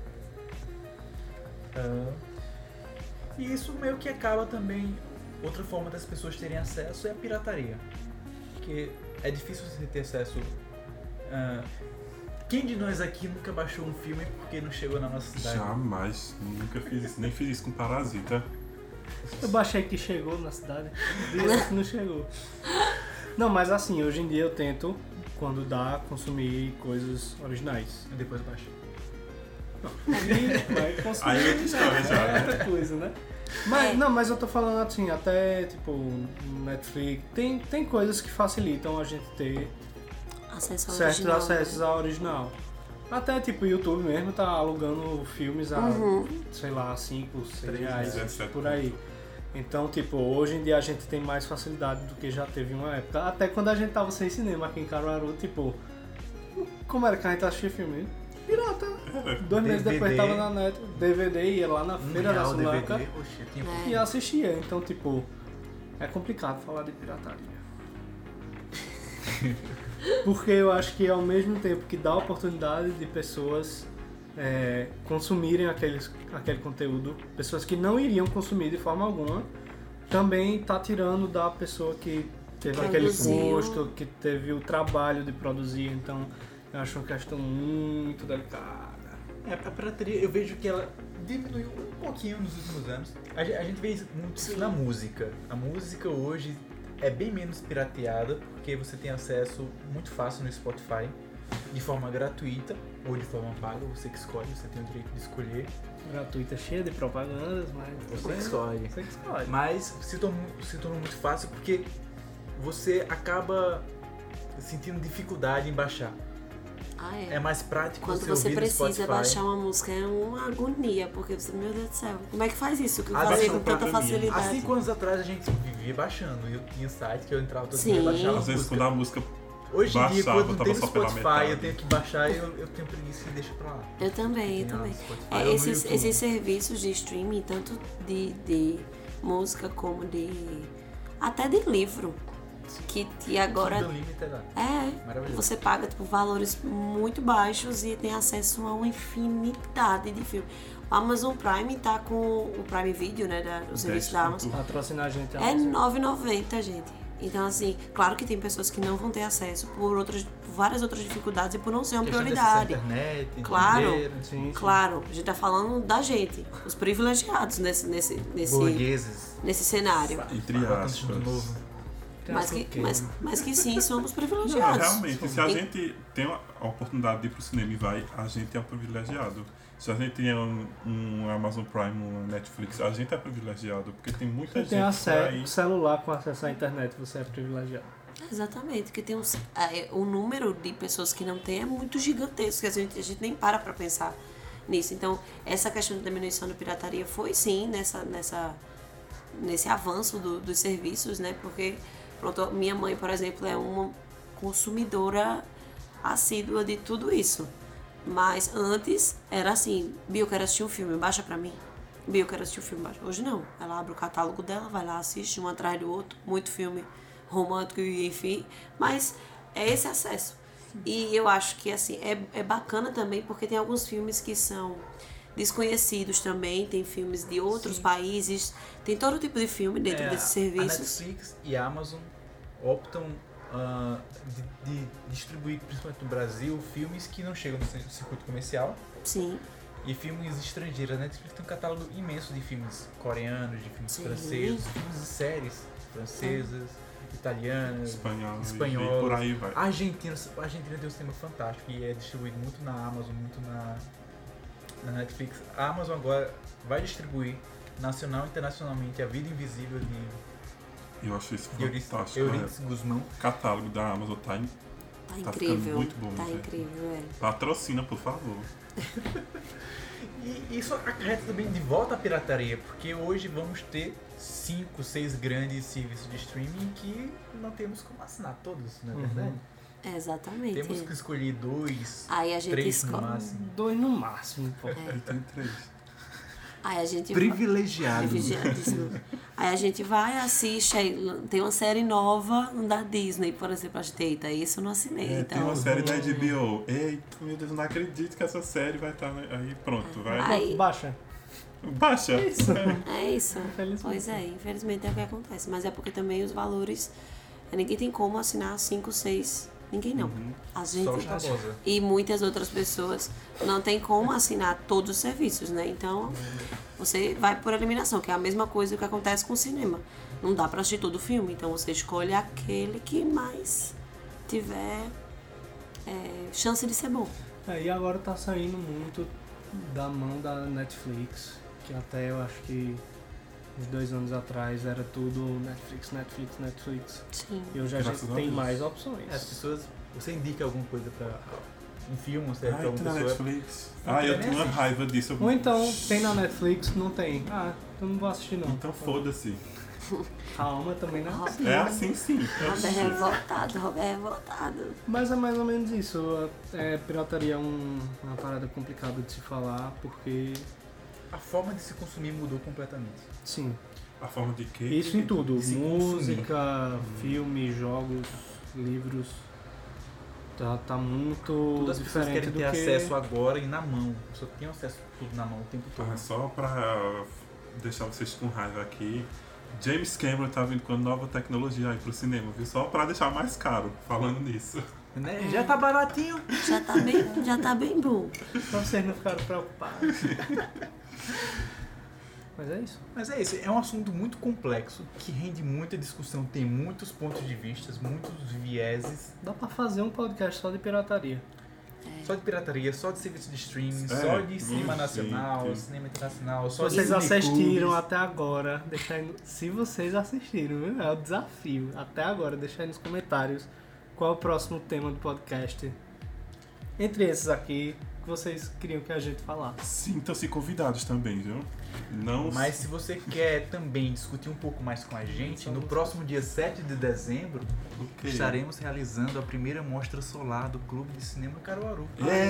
E isso meio que acaba também. Outra forma das pessoas terem acesso é a pirataria. Porque é difícil você ter acesso. Quem de nós aqui nunca baixou um filme porque não chegou na nossa cidade? Jamais, nunca fiz isso, nem fiz isso com Parasita. Eu baixei que chegou na cidade, não chegou. Não, mas assim, hoje em dia eu tento, quando dá, consumir coisas originais. E depois baixo. Aí vai consumir aí já, outra coisa, né? Mas eu tô falando assim, até tipo, Netflix, tem coisas que facilitam a gente ter acesso ao certos original, acessos ao original. Até tipo, o YouTube mesmo tá alugando filmes a, sei lá, 5, 6 reais, por aí. Então, tipo, hoje em dia a gente tem mais facilidade do que já teve uma época. Até quando a gente tava sem cinema aqui em Caruaru, tipo, como era que a gente assistia filme? Pirata. 2 meses depois tava na net, DVD, ia lá na Feira da Sulanca e assistia. Então, tipo, é complicado falar de pirataria. Porque eu acho que ao mesmo tempo que dá oportunidade de pessoas consumirem aquele conteúdo, pessoas que não iriam consumir de forma alguma, também tá tirando da pessoa que teve aquele custo, que teve o trabalho de produzir. Então, eu acho uma questão muito delicada. A pirataria, eu vejo que ela diminuiu um pouquinho nos últimos anos. A gente vê muito isso na música. A música hoje é bem menos pirateada, porque você tem acesso muito fácil no Spotify, de forma gratuita ou de forma paga, você que escolhe, você tem o direito de escolher. Gratuita, cheia de propagandas, mas você que escolhe. Mas se tornou muito fácil porque você acaba sentindo dificuldade em baixar. É mais prático quando você precisa baixar uma música, é uma agonia, porque você, meu Deus do céu, como é que faz isso? Que eu fazia com tanta facilidade. Há 5 anos atrás a gente vivia baixando, eu tinha site que eu entrava todo dia e baixava. Às vezes quando a música hoje em dia, quando tem no Spotify, eu tenho que baixar e eu tenho preguiça e deixo pra lá. Eu também. Esses serviços de streaming, tanto de música como até de livro. Que agora você paga tipo, valores muito baixos e tem acesso a uma infinidade de filmes. O Amazon Prime tá com o Prime Video, né, o serviço da Amazon. Patrocinar a gente. É R$9,90, gente. Então, assim, claro que tem pessoas que não vão ter acesso por várias outras dificuldades e por não ser uma prioridade. Internet, claro, dinheiro, claro. A gente tá falando da gente, os privilegiados nesse cenário. Entre aspas. Mas que sim, somos privilegiados. Realmente, se a gente tem a oportunidade de ir pro cinema e vai, a gente é um privilegiado. Se a gente tem um Amazon Prime, um Netflix, a gente é privilegiado, porque tem muita gente. Tem celular com acesso à internet, você é privilegiado. Exatamente, porque tem o número de pessoas que não tem é muito gigantesco, que a gente nem para pensar nisso. Então, essa questão da diminuição da pirataria foi sim nesse avanço dos serviços, né? Porque pronto, minha mãe, por exemplo, é uma consumidora assídua de tudo isso. Mas antes era assim, Bia, eu quero assistir um filme, baixa pra mim. Bia, eu quero assistir um filme, baixa. Hoje não, ela abre o catálogo dela, vai lá, assiste um atrás do outro, muito filme romântico e enfim. Mas é esse acesso. E eu acho que assim, é bacana também porque tem alguns filmes que são desconhecidos também, tem filmes de outros países, tem todo tipo de filme dentro desses serviços. A Netflix e a Amazon optam de distribuir, principalmente no Brasil, filmes que não chegam no circuito comercial. Sim. E filmes estrangeiros. A Netflix tem um catálogo imenso de filmes coreanos, de filmes franceses, filmes e séries francesas, italianas, espanholas, e por aí vai. A Argentina tem um cinema fantástico e é distribuído muito na Amazon, muito na Netflix. A Amazon agora vai distribuir nacional e internacionalmente A Vida Invisível de Eu acho isso fantástico. Eurídice Guzmão. O catálogo da Amazon tá incrível. Muito bom. Tá incrível, Patrocina, por favor. E isso acarreta também de volta à pirataria, porque hoje vamos ter 5, 6 grandes serviços de streaming que não temos como assinar todos, não é verdade? Exatamente. Temos que escolher 2, aí a gente 3 no máximo. 2 no máximo, pô. Tem 3. Aí a gente privilegiadíssimo. Aí a gente vai, assiste, aí tem uma série nova da Disney, por exemplo, a gente, eita, isso eu não assinei. Então, tem uma série da HBO. Eita, meu Deus, não acredito que essa série vai estar aí, pronto, vai. Aí, baixa. É isso. Pois é, infelizmente é o que acontece. Mas é porque também os valores, ninguém tem como assinar 5, 6. Ninguém não. A gente e muitas outras pessoas não tem como assinar todos os serviços, né? Então, você vai por eliminação, que é a mesma coisa que acontece com o cinema. Não dá pra assistir todo o filme, então você escolhe aquele que mais tiver chance de ser bom. E agora tá saindo muito da mão da Netflix, que até eu acho que uns 2 anos atrás era tudo Netflix. Sim. E hoje a gente tem mais opções. As pessoas... Você indica alguma coisa pra... Um filme, uma série pra alguma tem na pessoa... Netflix. Eu tenho uma raiva disso. Ou então, tem na Netflix, não tem. Então não vou assistir não. Então foda-se. Calma, também não é assim. É assim sim. Robert é revoltado. Mas é mais ou menos isso. Pirataria é uma parada complicada de se falar, porque... A forma de se consumir mudou completamente. Sim. A forma de quê? Isso em tudo. Se Música, filme, jogos, livros. Tá muito Todas as pessoas diferente querem do ter que... acesso agora e na mão. Só tem acesso a tudo na mão o tempo todo. Só pra deixar vocês com raiva aqui, James Cameron tá vindo com nova tecnologia aí pro cinema, viu? Só pra deixar mais caro, falando nisso. Né? Já tá baratinho. Já tá bem bom. Pra vocês não ficarem preocupados. Mas é isso. É um assunto muito complexo, que rende muita discussão, tem muitos pontos de vista, muitos vieses. Dá pra fazer um podcast só de pirataria. Só de pirataria, só de serviço de streaming, só de cinema nacional, gente. cinema internacional, Se só de vocês assistiram cineclubes. até agora, deixa aí se vocês assistiram, viu? É o desafio. Até agora, deixa aí nos comentários qual é o próximo tema do podcast. Entre esses aqui, que vocês queriam que a gente falasse. Sintam-se convidados também, viu? Não... Mas se você quer também discutir um pouco mais com a gente, no próximo dia 7 de dezembro, estaremos realizando a primeira mostra solar do Clube de Cinema Caruaru.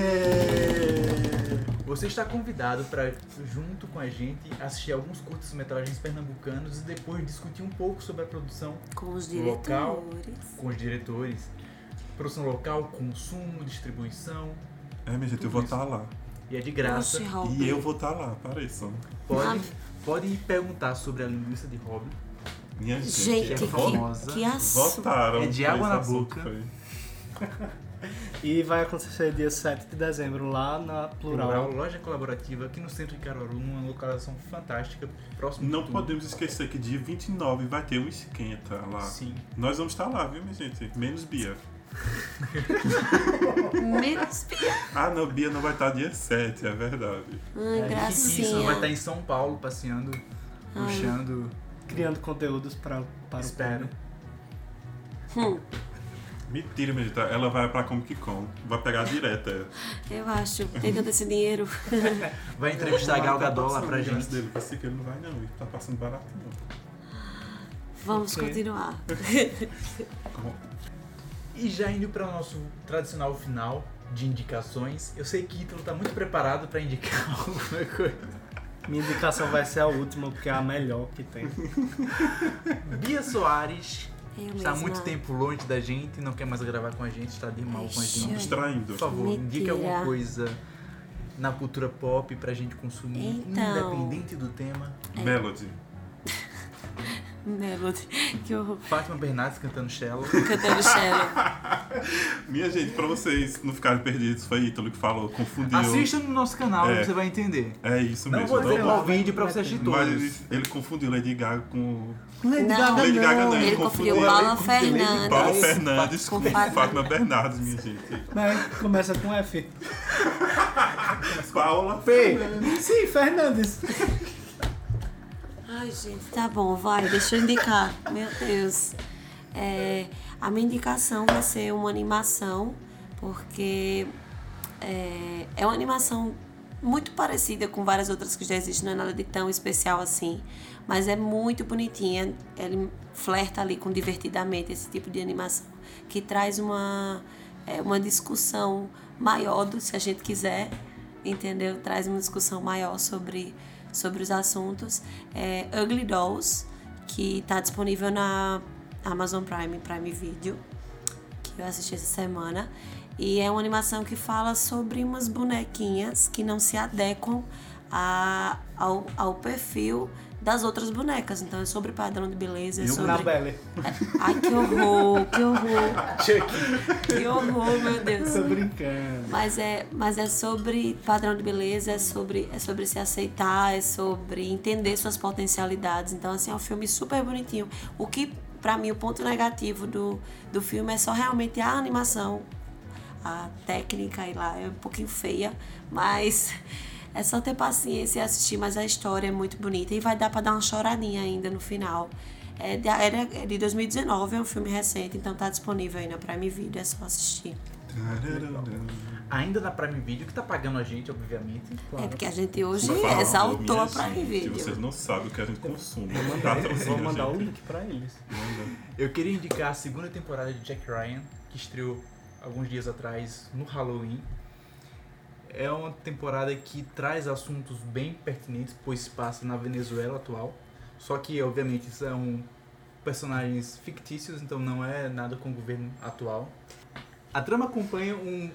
Você está convidado para, junto com a gente, assistir alguns curtas-metragens pernambucanos e depois discutir um pouco sobre a produção Com os local, diretores. com os diretores, produção local, consumo, distribuição. minha gente, eu vou estar lá. E é de graça. E eu vou estar lá, apareçam. Podem perguntar sobre a linguiça de Robin. Minha Gente, é famosa. que assunto. Votaram. É de água esse na assunto, boca. foi. E vai acontecer dia 7 de dezembro lá na Plural. Loja colaborativa aqui no centro de Caruaru, numa localização fantástica, próximo Não de tudo. podemos esquecer que dia 29 vai ter um esquenta lá. Sim. Nós vamos estar lá, viu, minha gente? Menos Bia. Menos pior. Não, Bia não vai estar dia 7, é verdade. Ai, Isso, vai gracinha. estar em São Paulo, passeando, puxando. Criando conteúdos para o Espero. público. Mentira, minha gente. Ela vai pra Comic Con. Vai pegar direto. Eu acho. Tem tanto esse dinheiro. Vai entrevistar a Gal Gadot lá pra gente. Dele. Eu sei que ele não vai, não. Ele tá passando baratinho. Vamos Ok. continuar. E já indo para o nosso tradicional final de indicações, eu sei que Ítalo tá muito preparado para indicar alguma coisa. Minha indicação vai ser a última, porque é a melhor que tem. Bia Soares Eu está há mesma. muito tempo longe da gente, não quer mais gravar com a gente, está de mal com a gente. Distraindo. Por favor, indique Mentira. alguma coisa na cultura pop pra gente consumir, Então. independente do tema. Melody. Melody. Que horror. Fátima Bernardes cantando Shallow. Cantando Shallow. Minha gente, pra vocês não ficarem perdidos, foi Ítalo que falou, confundiu. Assista no nosso canal, É. você vai entender. É isso Não mesmo. vou dizer Não- qual vídeo pra você assistir todos. Mas ele confundiu Lady Gaga com Lady Não, Gaga Lady Gaga não, ele confundiu Paula Fernandes. Paula Fernandes Com com Fátima. Fátima Bernardes, minha gente. Mas começa com F. Paula P. Sim, Fernandes. Ai, gente, tá bom, vai, deixa eu indicar. Meu Deus. A minha indicação vai ser uma animação, porque é uma animação muito parecida com várias outras que já existem, não é nada de tão especial assim, mas é muito bonitinha. Ele flerta ali com Divertidamente, esse tipo de animação, que traz uma discussão maior, se a gente quiser, entendeu? Traz uma discussão maior sobre os assuntos. Ugly Dolls, que está disponível na Amazon Prime Video, que eu assisti essa semana. E é uma animação que fala sobre umas bonequinhas que não se adequam ao perfil das outras bonecas. Então é sobre padrão de beleza, é sobre... Annabelle. Ai, que horror, que horror. Que horror, meu Deus. Tô brincando. Mas é sobre padrão de beleza, é sobre se aceitar, é sobre entender suas potencialidades. Então, assim, é um filme super bonitinho. O que, pra mim, o ponto negativo do filme é só realmente a animação, a técnica, e lá é um pouquinho feia, mas É só ter paciência e assistir, mas a história é muito bonita e vai dar pra dar uma choradinha ainda no final. É de 2019, é um filme recente, então tá disponível aí na Prime Video, é só assistir. Ainda na Prime Video, que tá pagando a gente, obviamente. Claro. É porque a gente hoje Por favor, exaltou a Prime Video. Vocês não sabem o que a gente consome. Vou mandar o link pra eles. Eu queria indicar a segunda temporada de Jack Ryan, que estreou alguns dias atrás no Halloween. É uma temporada que traz assuntos bem pertinentes, pois se passa na Venezuela atual. Só que, obviamente, são personagens fictícios, então não é nada com o governo atual. A trama acompanha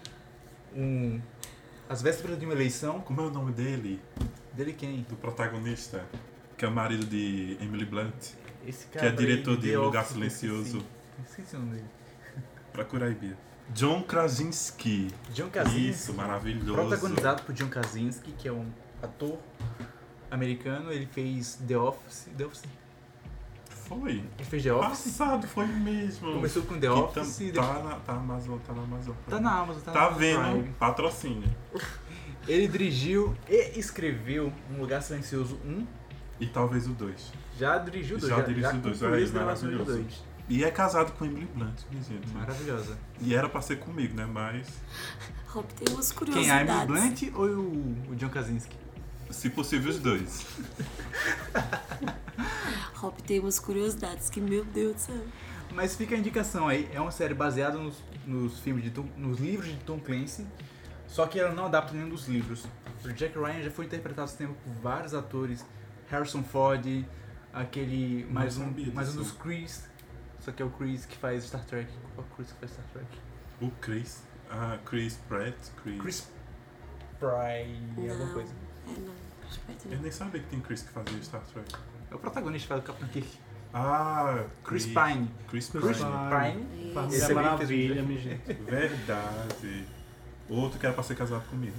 as vésperas de uma eleição. Como é o nome dele? Dele quem? Do protagonista, que é o marido de Emily Blunt. Esse cara que é diretor de Lugar Office, Silencioso. Esqueci o nome dele. Procura aí, Bia. John Krasinski. John Krasinski. Isso, maravilhoso. Protagonizado por John Krasinski, que é um ator americano. Ele fez The Office. The Office? Foi. Ele fez The Office. Passado, foi mesmo. Começou com The Office. Tá na Amazon. Tá na Amazon. Tá vendo? Patrocínio. Ele dirigiu e escreveu Um Lugar Silencioso 1. E talvez o 2. Já dirigiu o 2. Já dirigiu o 2. concluiu as gravações do 2. E é casado com Emily Blunt, minha gente. Maravilhosa. E era pra ser comigo, né? Mas... Rob, tem umas Quem? curiosidades. A Emily Blunt ou o John Krasinski? Se possível, os dois. Rob, tem umas curiosidades que, meu Deus do céu. Mas fica a indicação aí. É uma série baseada nos livros de Tom Clancy. Só que ela não adapta nenhum dos livros. O Jack Ryan já foi interpretado esse tempo por vários atores. Harrison Ford, aquele... Mais um dos Chris. Só que é o Chris que faz Star Trek. Qual é o Chris que faz Star Trek? O Chris. Chris Pratt. Chris Pratt, alguma coisa. Eu nem sabia que tem Chris que fazia Star Trek. É o protagonista que faz o Capitão Kirk. Chris Pine. Chris Pine. Família Esse Maravilha, minha gente. Verdade. Outro que era pra ser casado comigo.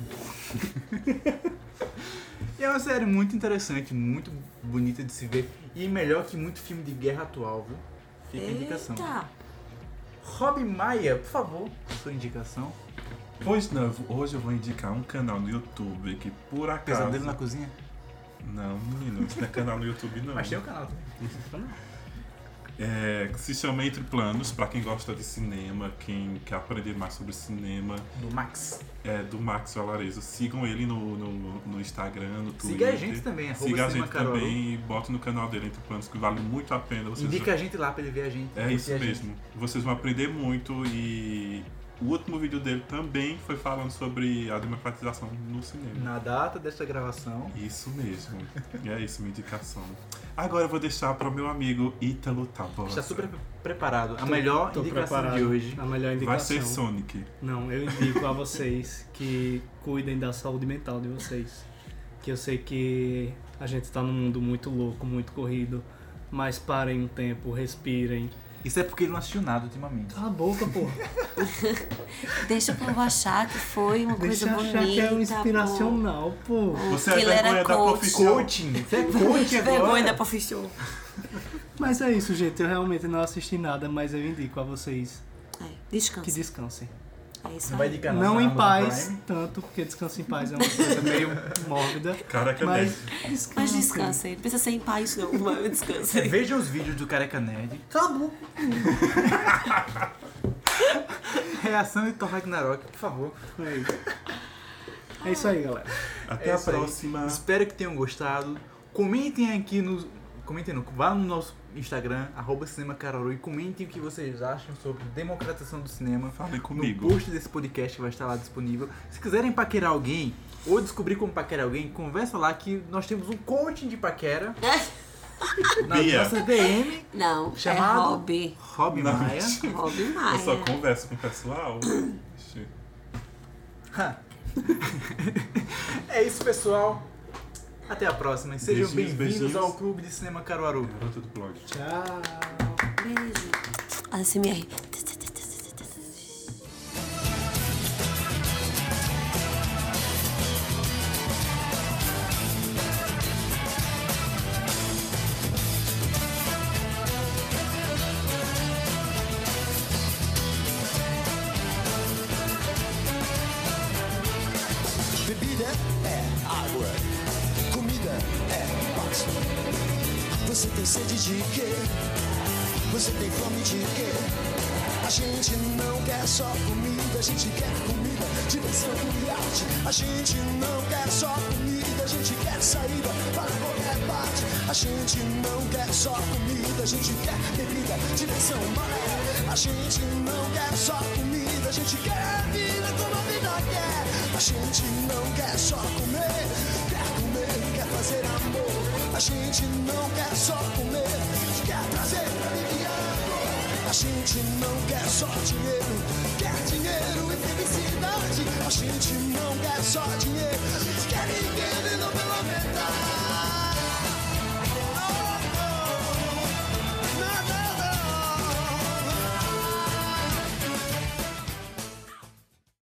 E é uma série muito interessante, muito bonita de se ver. E melhor que muito filme de guerra atual, viu? Fica a indicação. Eita. Rob Maia, por favor, sua indicação. Pois não, hoje eu vou indicar um canal no YouTube que por acaso... Pesadelo na Cozinha? Não, menino, isso não é canal no YouTube não. Mas tem um canal também. Que se chama Entre Planos, pra quem gosta de cinema, quem quer aprender mais sobre cinema. Do Max. Do Max Valarezo. Sigam ele no Instagram, no Twitter. Siga a gente também, Siga a gente também e bote no canal dele Entre Planos, que vale muito a pena. Indica a gente lá pra ele ver a gente. É isso mesmo. Vocês vão aprender muito e... O último vídeo dele também foi falando sobre a democratização no cinema. Na data desta gravação. Isso mesmo. E é isso, minha indicação. Agora eu vou deixar para o meu amigo Ítalo Tabosa. Está super preparado. A melhor indicação preparado. De hoje. A melhor indicação. Vai ser Sonic. Não, eu indico a vocês que cuidem da saúde mental de vocês. Que eu sei que a gente está num mundo muito louco, muito corrido. Mas parem um tempo, respirem. Isso é porque ele não assistiu nada ultimamente. Cala a boca, porra. Deixa o povo achar que foi uma coisa bonita. Deixa achar que é um inspiracional, pô. Você é vergonha da profissão. Coaching. Você é coaching agora. Vergonha da profissão. Mas é isso, gente. Eu realmente não assisti nada, mas eu indico a vocês Descanse. que descansem. É isso não vai indicar não em paz, tanto, porque descanso em paz é uma coisa meio mórbida. Careca mas Nerd. Mas descansem. Não precisa ser em paz, não. Mas descansem. Veja os vídeos do Careca Nerd. Acabou. Reação de Thor Ragnarok, por favor. É isso aí, galera. Até a próxima. Espero que tenham gostado. Comentem aqui vá no nosso Instagram, @cinemacaruaru, e comentem o que vocês acham sobre democratização do cinema. Falem comigo. No post desse podcast vai estar lá disponível. Se quiserem paquerar alguém, ou descobrir como paquerar alguém, conversa lá que nós temos um coaching de paquera. Na nossa DM. Não, chamado é Rob. Rob Maia. Rob Maia. Eu só converso com o pessoal. É isso, pessoal. Até a próxima. E sejam bem-vindos ao Clube de Cinema Caruaru. Garota do blog. Tchau. Beijo. ASMR. Bebida é a Você tem sede de quê? Você tem fome de quê? A gente não quer só comida, a gente quer comida, diversão e arte. A gente não quer só comida, a gente quer saída para qualquer parte. A gente não quer só comida, a gente quer bebida, diversão, maré. A gente não quer só comida, a gente quer vida como a vida quer. A gente não quer só comer, quer fazer amor. A gente não quer só comer, quer trazer pra mim amor. A gente não quer só dinheiro, quer dinheiro e felicidade. A gente não quer só dinheiro, quer ninguém.